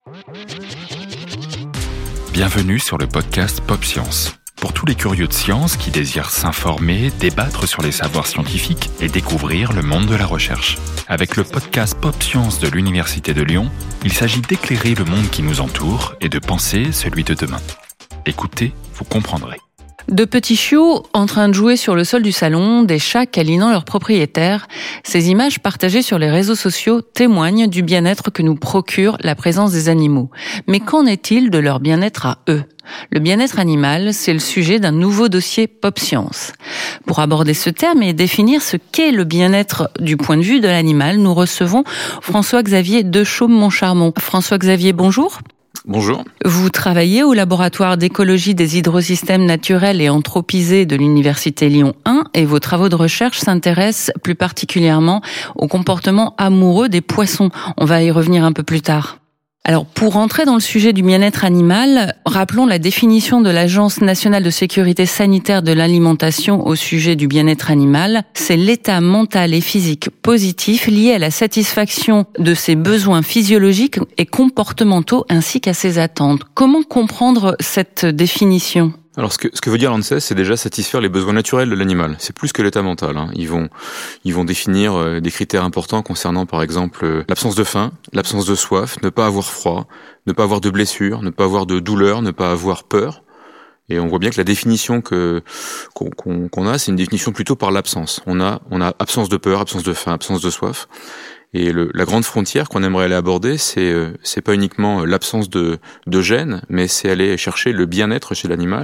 Bienvenue sur le podcast Pop Science. Pour tous les curieux de science qui désirent s'informer, débattre sur les savoirs scientifiques et découvrir le monde de la recherche. Avec le podcast Pop Science de l'Université de Lyon, il s'agit d'éclairer le monde qui nous entoure et de penser celui de demain. Écoutez, vous comprendrez. De petits chiots en train de jouer sur le sol du salon, des chats câlinant leurs propriétaires, ces images partagées sur les réseaux sociaux témoignent du bien-être que nous procure la présence des animaux. Mais qu'en est-il de leur bien-être à eux ? Le bien-être animal, c'est le sujet d'un nouveau dossier Pop Science. Pour aborder ce terme et définir ce qu'est le bien-être du point de vue de l'animal, nous recevons François-Xavier Dechaume-Montcharmont. François-Xavier, bonjour. Bonjour. Vous travaillez au laboratoire d'écologie des hydrosystèmes naturels et anthropisés de l'Université Lyon 1 et vos travaux de recherche s'intéressent plus particulièrement au comportement amoureux des poissons. On va y revenir un peu plus tard. Alors, pour rentrer dans le sujet du bien-être animal, rappelons la définition de l'Agence nationale de sécurité sanitaire de l'alimentation au sujet du bien-être animal. C'est l'état mental et physique positif lié à la satisfaction de ses besoins physiologiques et comportementaux ainsi qu'à ses attentes. Comment comprendre cette définition ? Alors, ce que veut dire l'ANSES, c'est déjà satisfaire les besoins naturels de l'animal. C'est plus que l'état mental. Ils vont définir des critères importants concernant, par exemple, l'absence de faim, l'absence de soif, ne pas avoir froid, ne pas avoir de blessures, ne pas avoir de douleur, ne pas avoir peur. Et on voit bien que la définition qu'on a, c'est une définition plutôt par l'absence. On a absence de peur, absence de faim, absence de soif. Et la grande frontière qu'on aimerait aller aborder, c'est pas uniquement l'absence de gènes, mais c'est aller chercher le bien-être chez l'animal,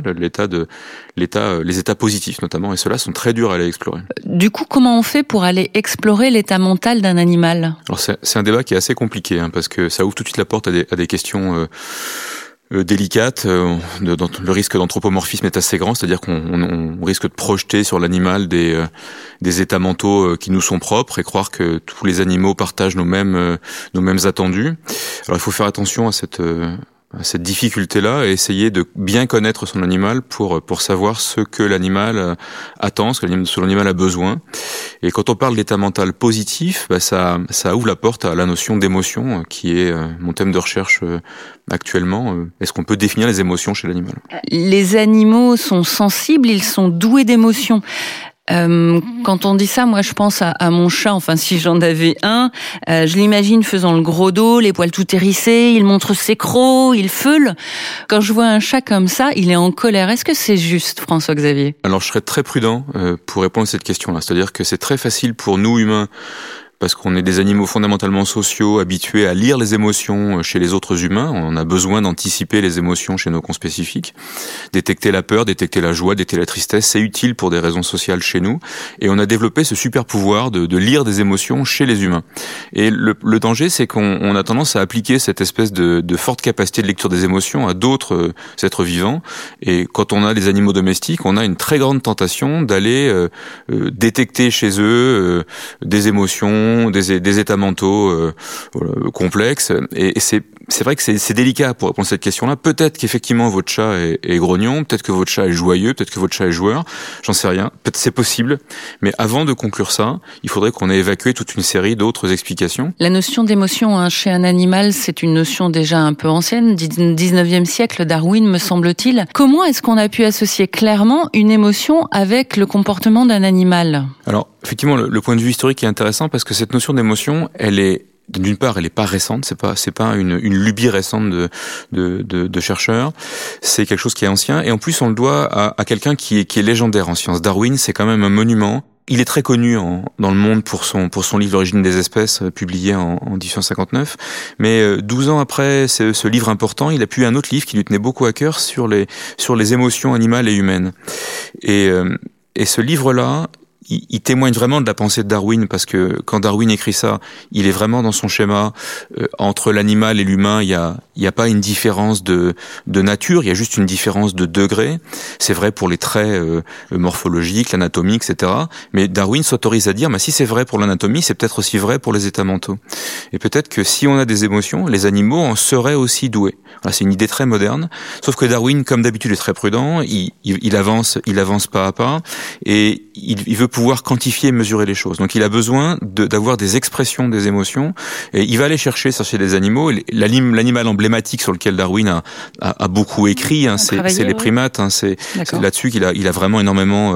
les états positifs notamment, et ceux-là sont très durs à aller explorer. Du coup, comment on fait pour aller explorer l'état mental d'un animal ? Alors c'est un débat qui est assez compliqué, parce que ça ouvre tout de suite la porte à des questions délicate, le risque d'anthropomorphisme est assez grand, c'est-à-dire qu'on risque de projeter sur l'animal des états mentaux qui nous sont propres et croire que tous les animaux partagent nos mêmes attendus. Alors il faut faire attention à cette difficulté-là et essayer de bien connaître son animal pour savoir ce que l'animal attend, ce que l'animal a besoin. Et quand on parle d'état mental positif, ça ouvre la porte à la notion d'émotion, qui est mon thème de recherche actuellement. Est-ce qu'on peut définir les émotions chez l'animal ? Les animaux sont sensibles, ils sont doués d'émotions. Quand on dit ça, moi je pense à mon chat, enfin si j'en avais un, je l'imagine faisant le gros dos, les poils tout hérissés, il montre ses crocs, il feule. Quand je vois un chat comme ça, il est en colère. Est-ce que c'est juste, François-Xavier ? Alors je serais très prudent pour répondre à cette question-là. C'est-à-dire que c'est très facile pour nous humains, parce qu'on est des animaux fondamentalement sociaux, habitués à lire les émotions chez les autres humains. On a besoin d'anticiper les émotions chez nos conspécifiques. Détecter la peur, détecter la joie, détecter la tristesse, c'est utile pour des raisons sociales chez nous. Et on a développé ce super pouvoir de lire des émotions chez les humains. Et le danger, c'est qu'on a tendance à appliquer cette espèce de forte capacité de lecture des émotions à d'autres êtres vivants. Et quand on a des animaux domestiques, on a une très grande tentation d'aller détecter chez eux des émotions, des états mentaux complexes, et c'est vrai que c'est délicat pour répondre à cette question-là. Peut-être qu'effectivement votre chat est grognon, peut-être que votre chat est joyeux, peut-être que votre chat est joueur, j'en sais rien, peut-être c'est possible, mais avant de conclure ça, il faudrait qu'on ait évacué toute une série d'autres explications. La notion d'émotion chez un animal, c'est une notion déjà un peu ancienne, du 19e siècle, Darwin me semble-t-il. Comment est-ce qu'on a pu associer clairement une émotion avec le comportement d'un animal ? Alors, effectivement, le point de vue historique est intéressant parce que cette notion d'émotion, d'une part, elle est pas récente, c'est pas une lubie récente de chercheurs. C'est quelque chose qui est ancien, et en plus on le doit à quelqu'un qui est légendaire en sciences. Darwin, c'est quand même un monument. Il est très connu dans le monde pour son livre L'origine des espèces, publié en 1859. Mais 12 ans après ce livre important, il a publié un autre livre qui lui tenait beaucoup à cœur sur les émotions animales et humaines. Et ce livre-là, il témoigne vraiment de la pensée de Darwin, parce que quand Darwin écrit ça, il est vraiment dans son schéma. Entre l'animal et l'humain, il y a pas une différence de nature, il y a juste une différence de degré. C'est vrai pour les traits morphologiques, l'anatomie, etc. Mais Darwin s'autorise à dire, si c'est vrai pour l'anatomie, c'est peut-être aussi vrai pour les états mentaux. Et peut-être que si on a des émotions, les animaux en seraient aussi doués. Voilà, c'est une idée très moderne. Sauf que Darwin, comme d'habitude, est très prudent. Il avance pas à pas, et il veut pouvoir quantifier et mesurer les choses. Donc il a besoin d'avoir des expressions des émotions, et il va aller chercher ça chez des animaux. L'animal emblématique emblématique sur lequel Darwin a beaucoup écrit, hein, c'est les primates. Hein, c'est là-dessus qu'il a vraiment énormément,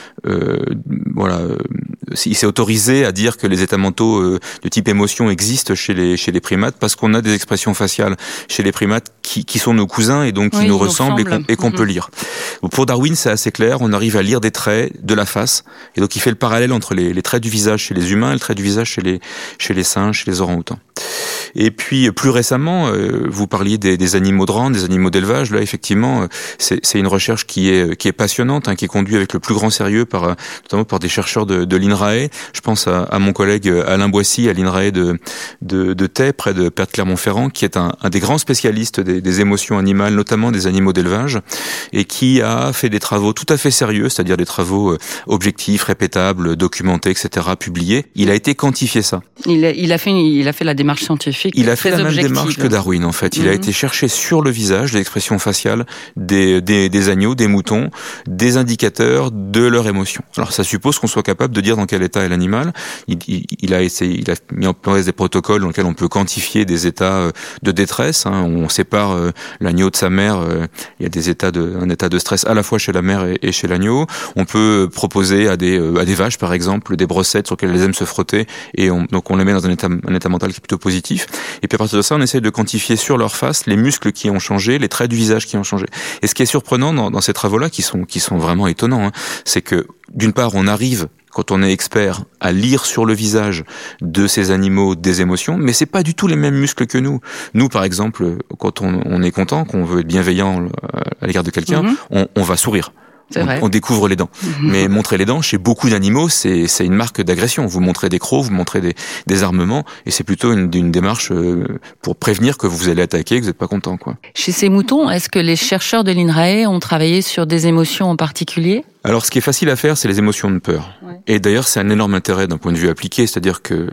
il s'est autorisé à dire que les états mentaux de type émotion existent chez les primates parce qu'on a des expressions faciales chez les primates qui sont nos cousins et donc qui nous ressemblent et qu'on peut lire. Pour Darwin, c'est assez clair, on arrive à lire des traits de la face et donc il fait le parallèle entre les traits du visage chez les humains et le trait du visage chez les singes, chez les orang-outans. Et puis plus récemment, vous parliez des animaux de rang, des animaux d'élevage. Là, effectivement, c'est une recherche qui est passionnante, hein, qui est conduite avec le plus grand sérieux notamment par des chercheurs de l'INRAE. Je pense à mon collègue Alain Boissy à l'INRAE de Tay, près de Perth Clermont-Ferrand, qui est un des grands spécialistes des émotions animales, notamment des animaux d'élevage, et qui a fait des travaux tout à fait sérieux, c'est-à-dire des travaux objectifs, répétables, documentés, etc., publiés. Il a été quantifié ça. Il a fait la démarche scientifique. Il a fait la même démarche que Darwin, en fait. Il a été chercher sur le visage, l'expression faciale des agneaux, des moutons, des indicateurs de leur émotion. Alors, ça suppose qu'on soit capable de dire dans quel état est l'animal. Il a mis en place des protocoles dans lesquels on peut quantifier des états de détresse. Hein. On sépare l'agneau de sa mère. Il y a un état de stress à la fois chez la mère et chez l'agneau. On peut proposer à des vaches, par exemple, des brossettes sur lesquelles elles aiment se frotter, et donc on les met dans un état mental qui est plutôt positif. Et puis à partir de ça, on essaie de quantifier sur leur face les muscles qui ont changé, les traits du visage qui ont changé. Et ce qui est surprenant dans ces travaux-là, qui sont vraiment étonnants, hein, c'est que d'une part, on arrive, quand on est expert, à lire sur le visage de ces animaux des émotions, mais c'est pas du tout les mêmes muscles que nous. Nous, par exemple, quand on est content, qu'on veut être bienveillant à l'égard de quelqu'un, on va sourire. On découvre les dents. Mais montrer les dents, chez beaucoup d'animaux, c'est une marque d'agression. Vous montrez des crocs, vous montrez des armements, et c'est plutôt une démarche pour prévenir que vous allez attaquer, que vous n'êtes pas content, quoi. Chez ces moutons, est-ce que les chercheurs de l'INRAE ont travaillé sur des émotions en particulier ? Alors, ce qui est facile à faire, c'est les émotions de peur. Ouais. Et d'ailleurs, c'est un énorme intérêt d'un point de vue appliqué, c'est-à-dire que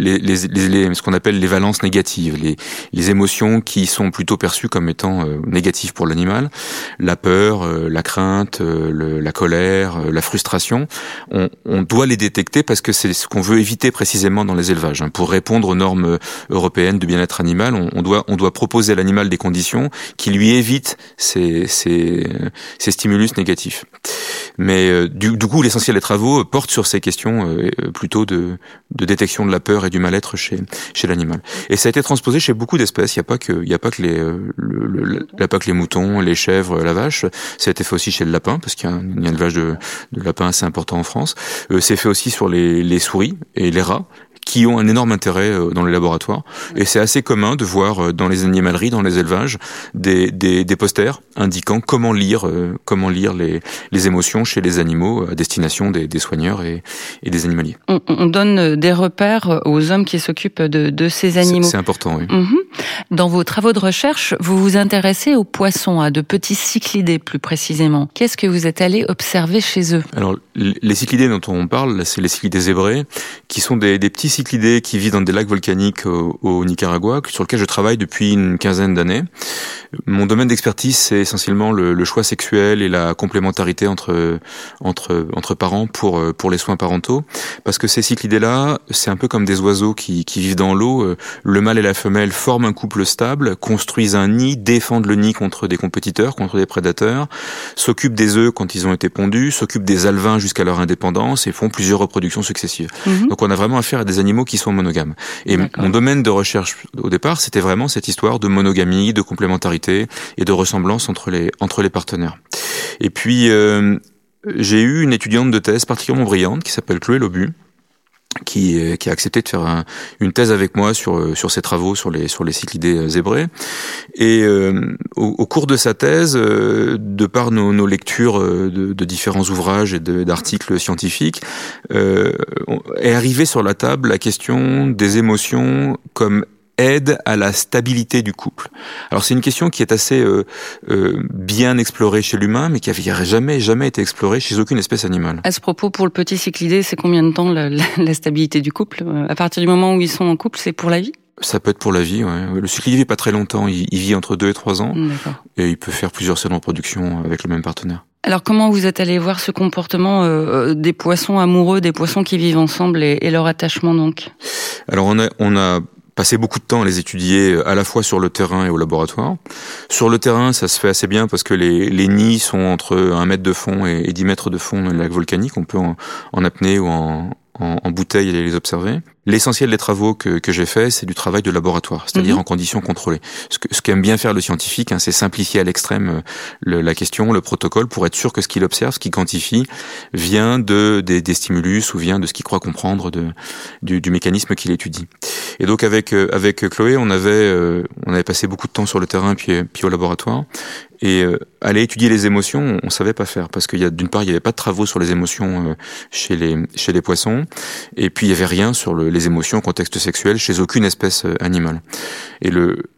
ce qu'on appelle les valences négatives, les émotions qui sont plutôt perçues comme étant négatives pour l'animal, la peur, la crainte, la colère, la frustration, on doit les détecter parce que c'est ce qu'on veut éviter précisément dans les élevages. Hein. Pour répondre aux normes européennes de bien-être animal, on doit proposer à l'animal des conditions qui lui évitent ces stimulus négatifs. Mais du coup, l'essentiel des travaux porte sur ces questions plutôt de détection de la peur et du mal-être chez l'animal. Et ça a été transposé chez beaucoup d'espèces. Il y a pas que les moutons, les chèvres, la vache. Ça a été fait aussi chez le lapin, parce qu'il y a un élevage de lapins assez important en France. C'est fait aussi sur les souris et les rats, qui ont un énorme intérêt dans les laboratoires. Et c'est assez commun de voir dans les animaleries, dans les élevages, des posters indiquant comment lire les émotions chez les animaux à destination des soigneurs et des animaliers. On donne des repères aux hommes qui s'occupent de ces animaux. C'est important, oui. Dans vos travaux de recherche, vous vous intéressez aux poissons, à de petits cyclidés plus précisément. Qu'est-ce que vous êtes allé observer chez eux ? Alors, les cyclidés dont on parle, c'est les cyclidés zébrés, qui sont des petits cyclidés qui vivent dans des lacs volcaniques au Nicaragua, sur lequel je travaille depuis une quinzaine d'années. Mon domaine d'expertise, c'est essentiellement le choix sexuel et la complémentarité entre parents pour les soins parentaux, parce que ces cyclidés-là, c'est un peu comme des oiseaux qui vivent dans l'eau. Le mâle et la femelle forment un couple stable, construisent un nid, défendent le nid contre des compétiteurs, contre des prédateurs, s'occupent des œufs quand ils ont été pondus, s'occupent des alevins jusqu'à leur indépendance et font plusieurs reproductions successives. Donc on a vraiment affaire à des animaux qui sont monogames. Et mon domaine de recherche au départ, c'était vraiment cette histoire de monogamie, de complémentarité et de ressemblance entre les partenaires. Et puis j'ai eu une étudiante de thèse particulièrement brillante qui s'appelle Chloé Lobu, qui a accepté de faire une thèse avec moi sur ses travaux sur les cyclidés zébrés. Et au cours de sa thèse, de par nos lectures de différents ouvrages et d'articles scientifiques, est arrivée sur la table la question des émotions comme aide à la stabilité du couple. Alors c'est une question qui est assez bien explorée chez l'humain, mais qui avait jamais été explorée chez aucune espèce animale. À ce propos, pour le petit cyclidé, c'est combien de temps la stabilité du couple ? À partir du moment où ils sont en couple, c'est pour la vie ? Ça peut être pour la vie, ouais. Le cyclidé vit pas très longtemps, il vit entre 2 et 3 ans. D'accord. Et il peut faire plusieurs saisons de reproduction avec le même partenaire. Alors comment vous êtes allé voir ce comportement des poissons amoureux, des poissons qui vivent ensemble et leur attachement donc ? Alors on a passé beaucoup de temps à les étudier à la fois sur le terrain et au laboratoire. Sur le terrain, ça se fait assez bien parce que les nids sont entre 1 mètre de fond et 10 mètres de fond dans le lac volcanique. On peut en apnée ou en bouteille aller les observer. L'essentiel des travaux que j'ai fait, c'est du travail de laboratoire, c'est-à-dire en conditions contrôlées. Ce qu'aime bien faire le scientifique, c'est simplifier à l'extrême la question, le protocole, pour être sûr que ce qu'il observe, ce qu'il quantifie, vient des stimulus ou vient de ce qu'il croit comprendre du mécanisme qu'il étudie. Et donc avec Chloé, on avait passé beaucoup de temps sur le terrain puis au laboratoire. Et aller étudier les émotions, on savait pas faire parce d'une part, il y avait pas de travaux sur les émotions chez les poissons, et puis il y avait rien sur les émotions en contexte sexuel chez aucune espèce animale. Et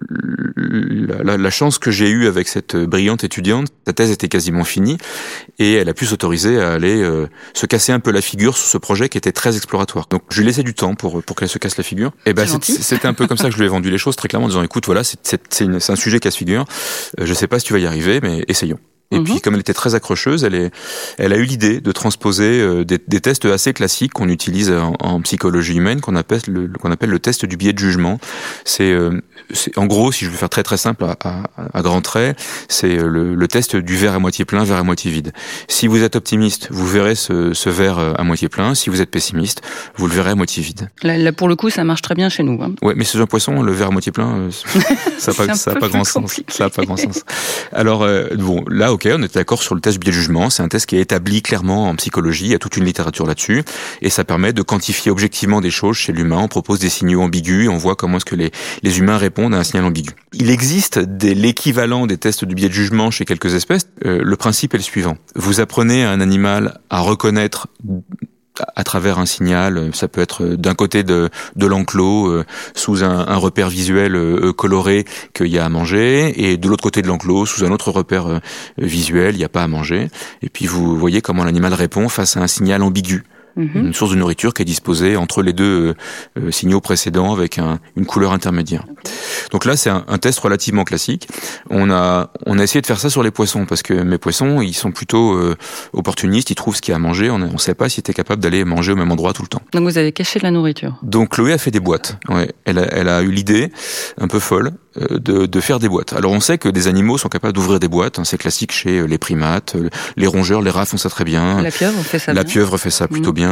la chance que j'ai eue avec cette brillante étudiante, sa thèse était quasiment finie et elle a pu s'autoriser à aller se casser un peu la figure sur ce projet qui était très exploratoire. Donc je lui ai laissé du temps pour qu'elle se casse la figure. Et c'était un peu comme ça que je lui ai vendu les choses, très clairement, en disant écoute, voilà, c'est un sujet casse-figure. Je sais pas si tu vas y arriver, mais essayons. Et puis, comme elle était très accrocheuse, elle a eu l'idée de transposer des tests assez classiques qu'on utilise en psychologie humaine, qu'on appelle le test du biais de jugement. C'est en gros, si je veux faire très très simple à grands traits, c'est le test du verre à moitié plein, verre à moitié vide. Si vous êtes optimiste, vous verrez ce verre à moitié plein. Si vous êtes pessimiste, vous le verrez à moitié vide. Là pour le coup, ça marche très bien chez nous. Ouais, mais chez un poisson, le verre à moitié plein, ça n'a pas grand sens. Ça n'a pas grand sens. Alors bon, là, ok, on était d'accord sur le test du biais de jugement. C'est un test qui est établi clairement en psychologie. Il y a toute une littérature là-dessus. Et ça permet de quantifier objectivement des choses chez l'humain. On propose des signaux ambigus et on voit comment est-ce que les humains répondent à un signal ambigu. Il existe l'équivalent des tests du biais de jugement chez quelques espèces. Le principe est le suivant. Vous apprenez à un animal à reconnaître à travers un signal, ça peut être d'un côté de l'enclos, sous un repère visuel coloré qu'il y a à manger, et de l'autre côté de l'enclos, sous un autre repère visuel, il n'y a pas à manger. Et puis vous voyez comment l'animal répond face à un signal ambigu. Une source de nourriture qui est disposée entre les deux signaux précédents avec une couleur intermédiaire. Donc là, c'est un test relativement classique. On a essayé de faire ça sur les poissons parce que mes poissons, ils sont plutôt opportunistes, ils trouvent ce qu'il y a à manger. On ne sait pas s'ils étaient capables d'aller manger au même endroit tout le temps. Donc vous avez caché de la nourriture. Donc Chloé a fait des boîtes. Ouais, elle a eu l'idée, un peu folle, de faire des boîtes. Alors on sait que des animaux sont capables d'ouvrir des boîtes. C'est classique chez les primates, les rongeurs, les rats font ça très bien. La pieuvre fait ça. La pieuvre fait ça plutôt bien.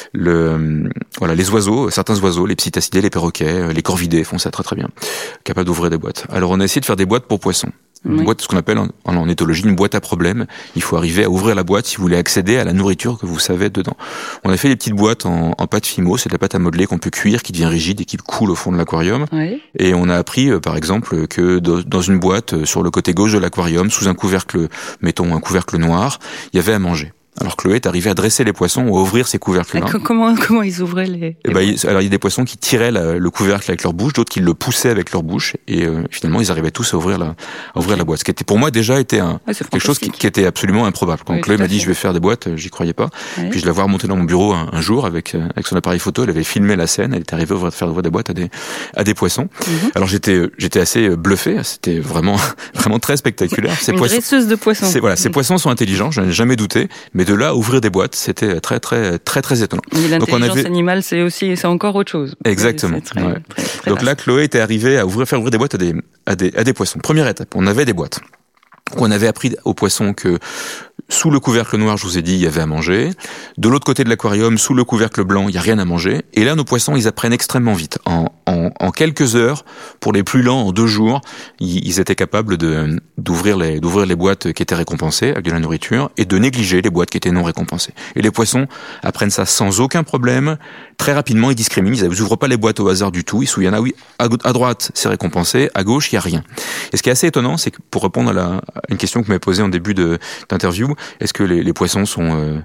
Les oiseaux, certains oiseaux, les psittacidés, les perroquets, les corvidés font ça très très bien, capables d'ouvrir des boîtes. Alors on a essayé de faire des boîtes pour poissons. Une boîte, ce qu'on appelle en éthologie une boîte à problème. Il faut arriver à ouvrir la boîte si vous voulez accéder à la nourriture que vous savez dedans. On a fait des petites boîtes en pâte Fimo, c'est de la pâte à modeler qu'on peut cuire, qui devient rigide et qui coule au fond de l'aquarium. Oui. Et on a appris, par exemple, que dans une boîte, sur le côté gauche de l'aquarium, sous un couvercle, mettons un couvercle noir, il y avait à manger. Alors Chloé est arrivée à dresser les poissons, à ouvrir ces couvercles-là. Comment ils ouvraient les alors il y a des poissons qui tiraient le couvercle avec leur bouche, d'autres qui le poussaient avec leur bouche, et finalement ils arrivaient tous à ouvrir la boîte. Ce qui était pour moi déjà été quelque chose qui était absolument improbable. Quand Chloé m'a dit je vais faire des boîtes, j'y croyais pas. Oui. Puis je la vois remonter dans mon bureau un jour avec son appareil photo, elle avait filmé la scène, elle était arrivée à faire ouvrir des boîtes à des poissons. Alors j'étais assez bluffé, c'était vraiment très spectaculaire. Dresseuse de poissons. Ces poissons sont intelligents, je n'en ai jamais douté, mais de là à ouvrir des boîtes, c'était très très très très étonnant. Et l'intelligence animale, c'est encore autre chose. Exactement. Très donc là, Chloé était arrivée à faire ouvrir des boîtes à des poissons. Première étape, on avait des boîtes. On avait appris aux poissons que sous le couvercle noir, je vous ai dit, il y avait à manger. De l'autre côté de l'aquarium, sous le couvercle blanc, il y a rien à manger. Et là, nos poissons, ils apprennent extrêmement vite. En quelques heures, pour les plus lents, en 2 jours, ils étaient capables d'ouvrir les boîtes qui étaient récompensées avec de la nourriture et de négliger les boîtes qui étaient non récompensées. Et les poissons apprennent ça sans aucun problème. Très rapidement, ils discriminent. Ils ouvrent pas les boîtes au hasard du tout. Ils se souviennent, ah oui, à droite, c'est récompensé. À gauche, il y a rien. Et ce qui est assez étonnant, c'est que pour répondre à une question que vous m'avez posée en début d'interview, est-ce que les poissons sont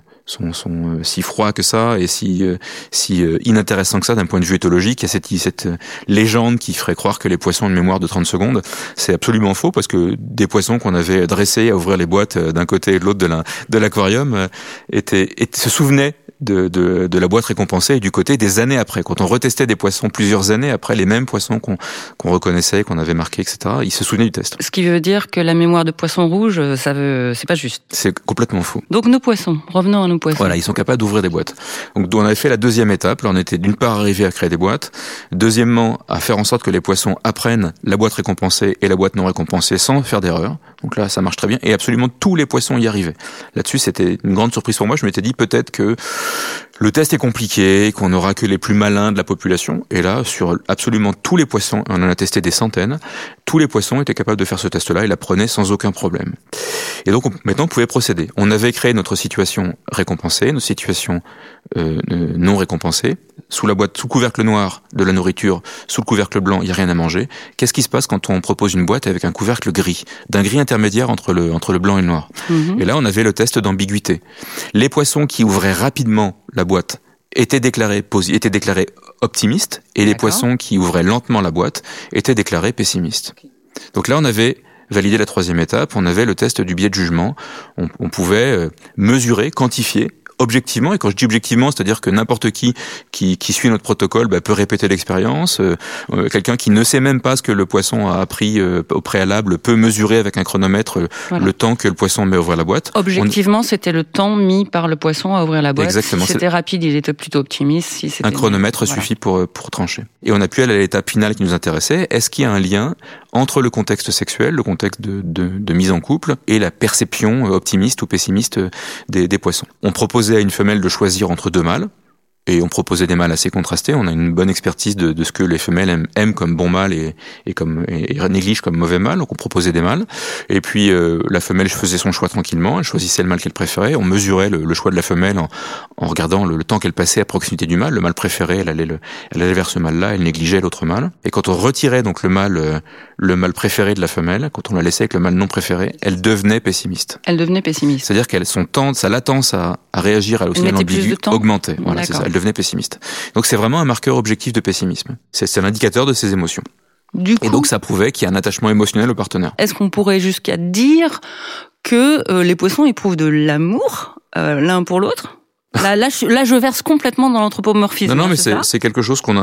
si froids que ça et si inintéressants que ça d'un point de vue éthologique? Il y a cette légende qui ferait croire que les poissons ont une mémoire de 30 secondes. C'est absolument faux parce que des poissons qu'on avait dressés à ouvrir les boîtes d'un côté et de l'autre de l'aquarium se souvenaient de la boîte récompensée et du côté des années après. Quand on retestait des poissons plusieurs années après, les mêmes poissons qu'on reconnaissait, qu'on avait marqués, etc., ils se souvenaient du test. Ce qui veut dire que la mémoire de poisson rouge, c'est pas juste. C'est complètement faux. Donc nos poissons, revenons à nos nos poissons. Voilà, ils sont capables d'ouvrir des boîtes. Donc on avait fait la deuxième étape. Là, on était d'une part arrivé à créer des boîtes. Deuxièmement, à faire en sorte que les poissons apprennent la boîte récompensée et la boîte non récompensée sans faire d'erreur. Donc là, ça marche très bien. Et absolument tous les poissons y arrivaient. Là-dessus, c'était une grande surprise pour moi. Je m'étais dit peut-être que le test est compliqué, qu'on n'aura que les plus malins de la population. Et là, sur absolument tous les poissons, on en a testé des centaines, tous les poissons étaient capables de faire ce test-là et l'apprenaient sans aucun problème. Et donc, maintenant, on pouvait procéder. On avait créé notre situation récompensée, notre situation non récompensée. Sous la boîte, sous couvercle noir, de la nourriture, sous le couvercle blanc, il n'y a rien à manger. Qu'est-ce qui se passe quand on propose une boîte avec un couvercle gris, d'un gris intermédiaire entre le blanc et le noir? Et là, on avait le test d'ambiguïté. Les poissons qui ouvraient rapidement la boîte étaient déclarés optimistes, et les poissons qui ouvraient lentement la boîte étaient déclarés pessimistes. Donc là, on avait validé la troisième étape, on avait le test du biais de jugement. On pouvait mesurer, quantifier objectivement, et quand je dis objectivement, c'est-à-dire que n'importe qui suit notre protocole peut répéter l'expérience. Quelqu'un qui ne sait même pas ce que le poisson a appris au préalable peut mesurer avec un chronomètre le temps que le poisson met à ouvrir la boîte. Objectivement, c'était le temps mis par le poisson à ouvrir la boîte. Exactement. Si c'était rapide, il était plutôt optimiste. Si c'était un chronomètre suffit pour trancher. Et on a pu aller à l'étape finale qui nous intéressait. Est-ce qu'il y a un lien entre le contexte sexuel, le contexte de mise en couple, et la perception optimiste ou pessimiste des poissons? On proposait à une femelle de choisir entre deux mâles, et on proposait des mâles assez contrastés. On a une bonne expertise de ce que les femelles aiment comme bon mâle et négligent comme mauvais mâle. Donc on proposait des mâles. Et puis la femelle faisait son choix tranquillement. Elle choisissait le mâle qu'elle préférait. On mesurait le choix de la femelle en regardant le temps qu'elle passait à proximité du mâle. Le mâle préféré, elle allait vers ce mâle-là. Elle négligeait l'autre mâle. Et quand on retirait donc le mâle préféré de la femelle, quand on la laissait avec le mâle non préféré, elle devenait pessimiste. Elle devenait pessimiste. C'est-à-dire sa latence à réagir à l'osignal ambigu augmentait. Voilà, c'est ça. Elle devenait pessimiste. Donc c'est vraiment un marqueur objectif de pessimisme. C'est un indicateur de ses émotions. Et donc ça prouvait qu'il y a un attachement émotionnel au partenaire. Est-ce qu'on pourrait jusqu'à dire que les poissons éprouvent de l'amour l'un pour l'autre? Là, je verse complètement dans l'anthropomorphisme. Non, mais c'est quelque chose qu'on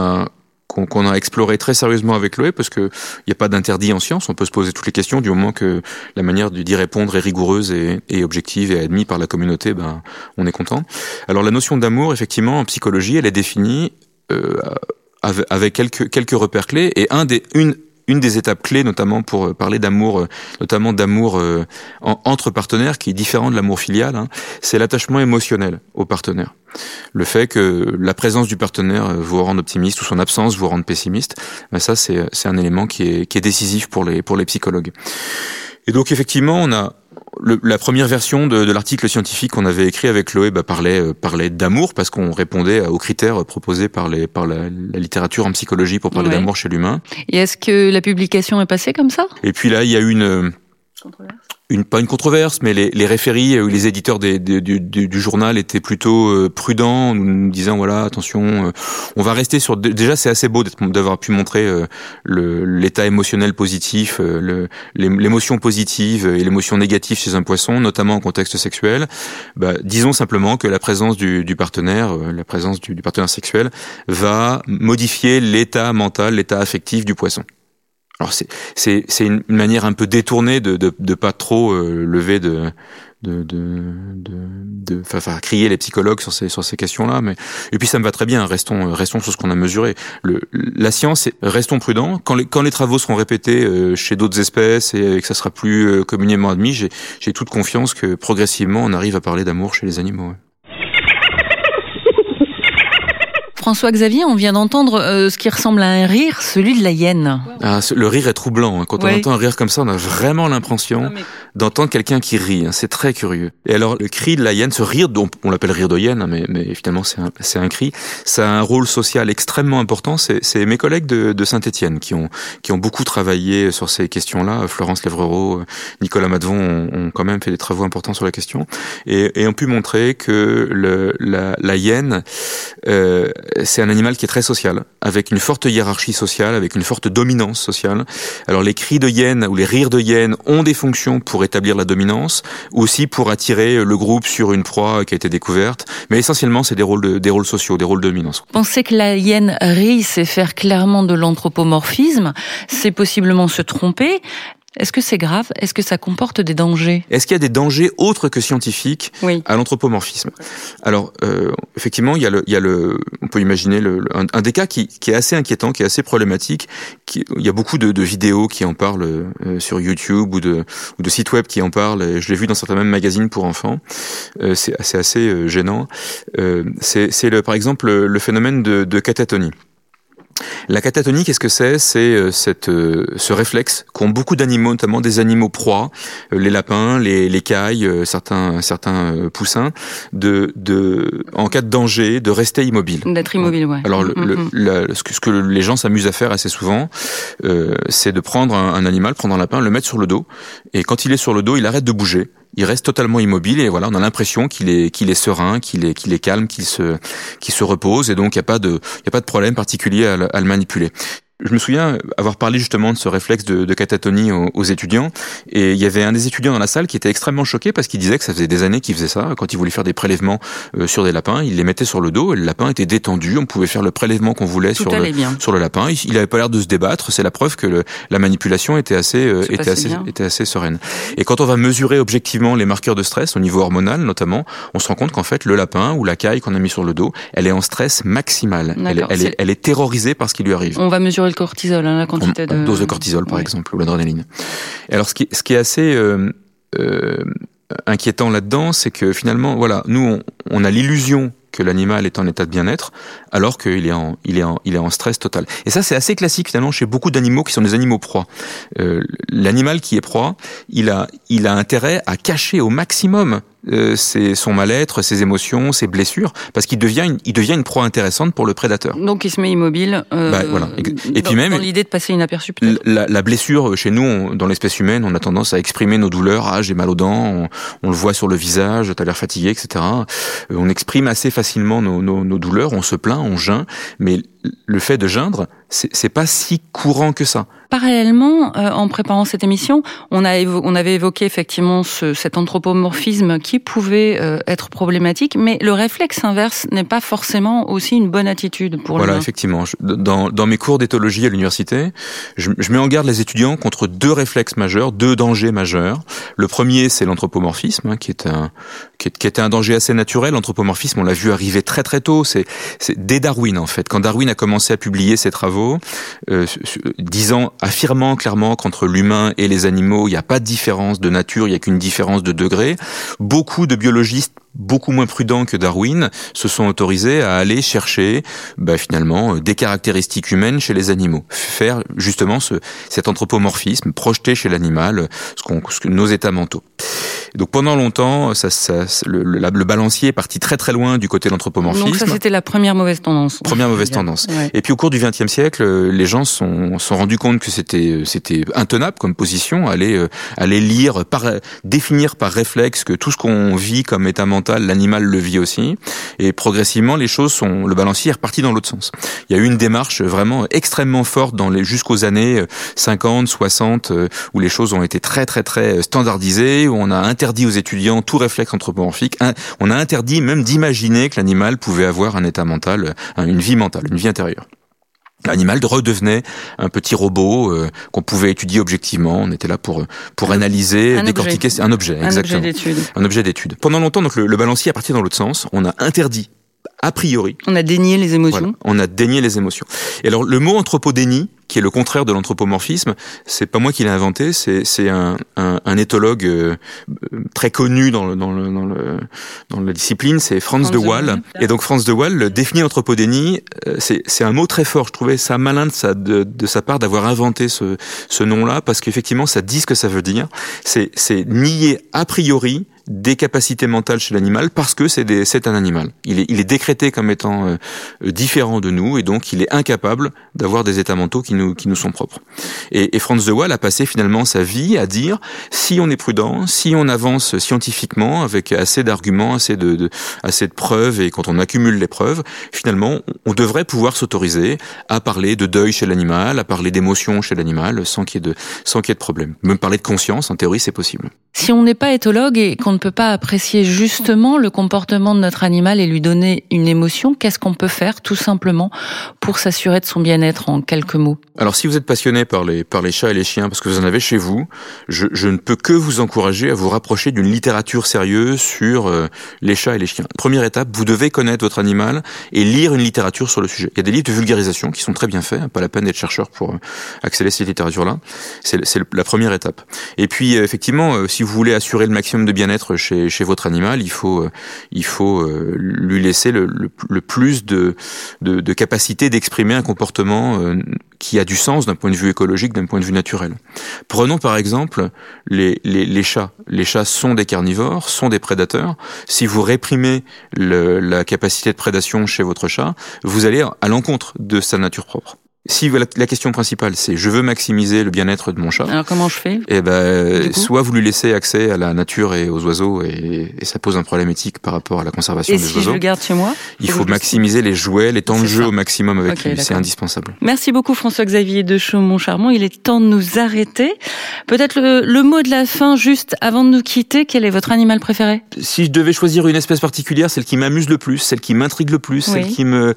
a exploré très sérieusement avec Loé, parce que il n'y a pas d'interdit en science. On peut se poser toutes les questions du moment que la manière d'y répondre est rigoureuse et objective et admise par la communauté. On est content. Alors la notion d'amour, effectivement, en psychologie, elle est définie avec quelques repères clés, et une des étapes clés, notamment pour parler d'amour, entre partenaires, qui est différent de l'amour filial, c'est l'attachement émotionnel au partenaire. Le fait que la présence du partenaire vous rende optimiste ou son absence vous rende pessimiste, ça c'est un élément qui est décisif pour les psychologues. Et donc effectivement, on a la première version de l'article scientifique qu'on avait écrit avec Loé parlait d'amour, parce qu'on répondait aux critères proposés par la littérature en psychologie pour parler d'amour chez l'humain. Et est-ce que la publication est passée comme ça? Et puis là, il y a eu pas une controverse, mais les référis ou les éditeurs du journal étaient plutôt prudents, nous disant voilà, attention, on va rester sur. Déjà, c'est assez beau d'avoir pu montrer l'état émotionnel positif, l'émotion positive et l'émotion négative chez un poisson, notamment en contexte sexuel. Disons simplement que la présence du partenaire, du partenaire sexuel, va modifier l'état mental, l'état affectif du poisson. Alors c'est une manière un peu détournée de pas trop lever crier les psychologues sur ces questions-là, mais et puis ça me va très bien. Restons sur ce qu'on a mesuré. La science, restons prudents. Quand les travaux seront répétés chez d'autres espèces et que ça sera plus communément admis, j'ai toute confiance que progressivement on arrive à parler d'amour chez les animaux. Ouais. François-Xavier, on vient d'entendre ce qui ressemble à un rire, celui de la hyène. Le rire est troublant. Quand on entend un rire comme ça, on a vraiment l'impression d'entendre quelqu'un qui rit. C'est très curieux. Et alors, le cri de la hyène, ce rire, on l'appelle rire de hyène, mais finalement c'est un cri, ça a un rôle social extrêmement important. C'est mes collègues de Saint-Étienne qui ont beaucoup travaillé sur ces questions-là. Florence Lèvrereau, Nicolas Madevon ont quand même fait des travaux importants sur la question et ont pu montrer que la hyène c'est un animal qui est très social, avec une forte hiérarchie sociale, avec une forte dominance sociale. Alors les cris de hyène ou les rires de hyène ont des fonctions pour établir la dominance, aussi pour attirer le groupe sur une proie qui a été découverte, mais essentiellement c'est des rôles sociaux, des rôles de dominance. Penser que la hyène rit, c'est faire clairement de l'anthropomorphisme, c'est possiblement se tromper. Est-ce que c'est grave ? Est-ce que ça comporte des dangers ? Est-ce qu'il y a des dangers autres que scientifiques à l'anthropomorphisme ? Alors, effectivement, il y a on peut imaginer un des cas qui est assez inquiétant, qui est assez problématique. Il y a beaucoup de vidéos qui en parlent sur YouTube ou de sites web qui en parlent. Et je l'ai vu dans certains même magazines pour enfants. C'est assez gênant. C'est par exemple le phénomène de catatonie. La catatonie, qu'est-ce que c'est ? C'est ce réflexe qu'ont beaucoup d'animaux, notamment des animaux proies, les lapins, les cailles, certains poussins, en cas de danger, de rester immobile. D'être immobile, ouais. Alors ce que les gens s'amusent à faire assez souvent, c'est de prendre un animal, prendre un lapin, le mettre sur le dos, et quand il est sur le dos, il arrête de bouger. Il reste totalement immobile et voilà, on a l'impression qu'il est serein, qu'il est calme, qu'il se repose et donc il y a pas de problème particulier à le manipuler. Je me souviens avoir parlé justement de ce réflexe de catatonie aux étudiants, et il y avait un des étudiants dans la salle qui était extrêmement choqué parce qu'il disait que ça faisait des années qu'il faisait ça. Quand il voulait faire des prélèvements sur des lapins, il les mettait sur le dos et le lapin était détendu, on pouvait faire le prélèvement qu'on voulait sur le lapin. Il avait pas l'air de se débattre, c'est la preuve que la manipulation était assez sereine. Et quand on va mesurer objectivement les marqueurs de stress au niveau hormonal notamment, on se rend compte qu'en fait le lapin ou la caille qu'on a mis sur le dos, elle est en stress maximal. Elle est terrorisée par ce qui lui arrive. On va mesurer le cortisol, la quantité de dose de cortisol par exemple, ou l'adrénaline. Et alors ce qui est assez inquiétant là-dedans, c'est que finalement, voilà, nous on a l'illusion que l'animal est en état de bien-être, alors qu'il est en stress total. Et ça, c'est assez classique finalement chez beaucoup d'animaux qui sont des animaux proies. L'animal qui est proie, il a intérêt à cacher au maximum son mal-être, ses émotions, ses blessures, parce qu'il devient une proie intéressante pour le prédateur. Donc il se met immobile. Voilà. Et puis même dans l'idée de passer inaperçu peut-être. La blessure chez nous, dans l'espèce humaine, on a tendance à exprimer nos douleurs. Ah, j'ai mal aux dents. On le voit sur le visage. T'as l'air fatigué, etc. On exprime assez facilement nos douleurs. On se plaint, on geint, mais le fait de geindre, c'est pas si courant que ça. Parallèlement, en préparant cette émission, on avait évoqué effectivement cet anthropomorphisme qui pouvait être problématique, mais le réflexe inverse n'est pas forcément aussi une bonne attitude pour l'humain. Voilà, effectivement. Dans mes cours d'éthologie à l'université, je mets en garde les étudiants contre deux réflexes majeurs, deux dangers majeurs. Le premier, c'est l'anthropomorphisme, qui était un danger assez naturel. L'anthropomorphisme, on l'a vu arriver très très tôt. C'est dès Darwin en fait. Quand Darwin a commencé à publier ses travaux, affirmant clairement qu'entre l'humain et les animaux, il n'y a pas de différence de nature, il n'y a qu'une différence de degré, beaucoup de biologistes beaucoup moins prudents que Darwin se sont autorisés à aller chercher finalement des caractéristiques humaines chez les animaux, faire justement cet anthropomorphisme, projeter chez l'animal nos états mentaux. Donc pendant longtemps, le balancier est parti très très loin du côté de l'anthropomorphisme. Donc ça c'était la première mauvaise tendance. Tendance. Ouais. Et puis au cours du XXe siècle, les gens sont rendus compte que c'était intenable comme position, aller définir par réflexe que tout ce qu'on vit comme état mental, l'animal le vit aussi. Et progressivement, le balancier est reparti dans l'autre sens. Il y a eu une démarche vraiment extrêmement forte jusqu'aux années 50, 60, où les choses ont été très très très standardisées, où on a interdit aux étudiants tout réflexe anthropomorphique. On a interdit même d'imaginer que l'animal pouvait avoir un état mental, une vie mentale, une vie intérieure. L'animal redevenait un petit robot qu'on pouvait étudier objectivement. On était là pour analyser, décortiquer. C'est un objet, exactement. Un objet d'étude. Pendant longtemps, donc le balancier est parti dans l'autre sens. On a interdit, a priori. On a dénié les émotions. Voilà, on a dénié les émotions. Et alors, le mot anthropodénie, qui est le contraire de l'anthropomorphisme, c'est pas moi qui l'ai inventé, c'est un éthologue très connu dans la discipline, c'est Frans de Waal. Et donc Frans de Waal définit l'anthropodénie, c'est un mot très fort. Je trouvais ça malin de sa part d'avoir inventé ce nom-là, parce qu'effectivement ça dit ce que ça veut dire. C'est nier a priori des capacités mentales chez l'animal parce que c'est un animal. Il est décrété comme étant différent de nous et donc il est incapable d'avoir des états mentaux qui nous sont propres. Et Frans de Waal a passé finalement sa vie à dire si on est prudent, si on avance scientifiquement avec assez d'arguments, assez de preuves et quand on accumule les preuves, finalement on devrait pouvoir s'autoriser à parler de deuil chez l'animal, à parler d'émotions chez l'animal sans qu'il y ait de problème. Même parler de conscience, en théorie, c'est possible. Si on n'est pas éthologue et qu'on on ne peut pas apprécier justement le comportement de notre animal et lui donner une émotion, qu'est-ce qu'on peut faire tout simplement pour s'assurer de son bien-être en quelques mots? Alors si vous êtes passionné par les chats et les chiens, parce que vous en avez chez vous, je ne peux que vous encourager à vous rapprocher d'une littérature sérieuse sur les chats et les chiens. Première étape, vous devez connaître votre animal et lire une littérature sur le sujet. Il y a des livres de vulgarisation qui sont très bien faits, pas la peine d'être chercheur pour accéder à cette littérature-là. C'est la première étape. Et puis effectivement, si vous voulez assurer le maximum de bien-être chez votre animal, il faut lui laisser le plus de capacité d'exprimer un comportement qui a du sens d'un point de vue écologique, d'un point de vue naturel. Prenons par exemple les chats. Les chats sont des carnivores, sont des prédateurs. Si vous réprimez la capacité de prédation chez votre chat, vous allez à l'encontre de sa nature propre. Si la question principale c'est je veux maximiser le bien-être de mon chat. Alors comment je fais? Soit vous lui laissez accès à la nature et aux oiseaux et ça pose un problème éthique par rapport à la conservation des oiseaux. Et si je le garde chez moi? Il faut maximiser les jouets, les temps de jeu au maximum avec lui, c'est indispensable. Merci beaucoup François-Xavier Deschaux, mon charmant. Il est temps de nous arrêter. Peut-être le mot de la fin juste avant de nous quitter. Quel est votre animal préféré? Si je devais choisir une espèce particulière, celle qui m'amuse le plus, celle qui m'intrigue le plus, celle qui me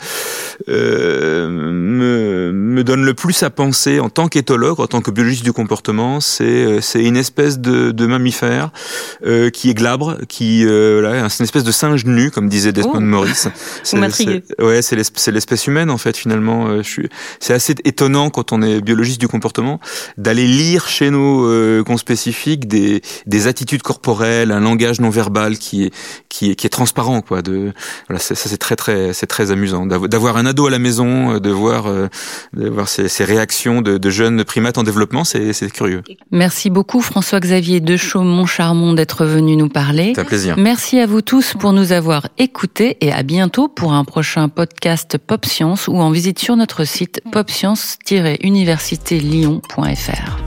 donne le plus à penser en tant qu'éthologue, en tant que biologiste du comportement, c'est une espèce de mammifère qui est glabre, c'est une espèce de singe nu, comme disait Desmond Morris. Vous m'intriguez. C'est l'espèce humaine en fait finalement. C'est assez étonnant quand on est biologiste du comportement d'aller lire chez nos conspécifiques des attitudes corporelles, un langage non verbal qui est transparent quoi. C'est très amusant d'avoir un ado à la maison, de voir ces réactions de jeunes primates en développement, c'est curieux. Merci beaucoup François-Xavier Deschaux, mon charmant, d'être venu nous parler. C'est un plaisir. Merci à vous tous pour nous avoir écoutés et à bientôt pour un prochain podcast Pop Science ou en visite sur notre site popscience-universitélyon.fr.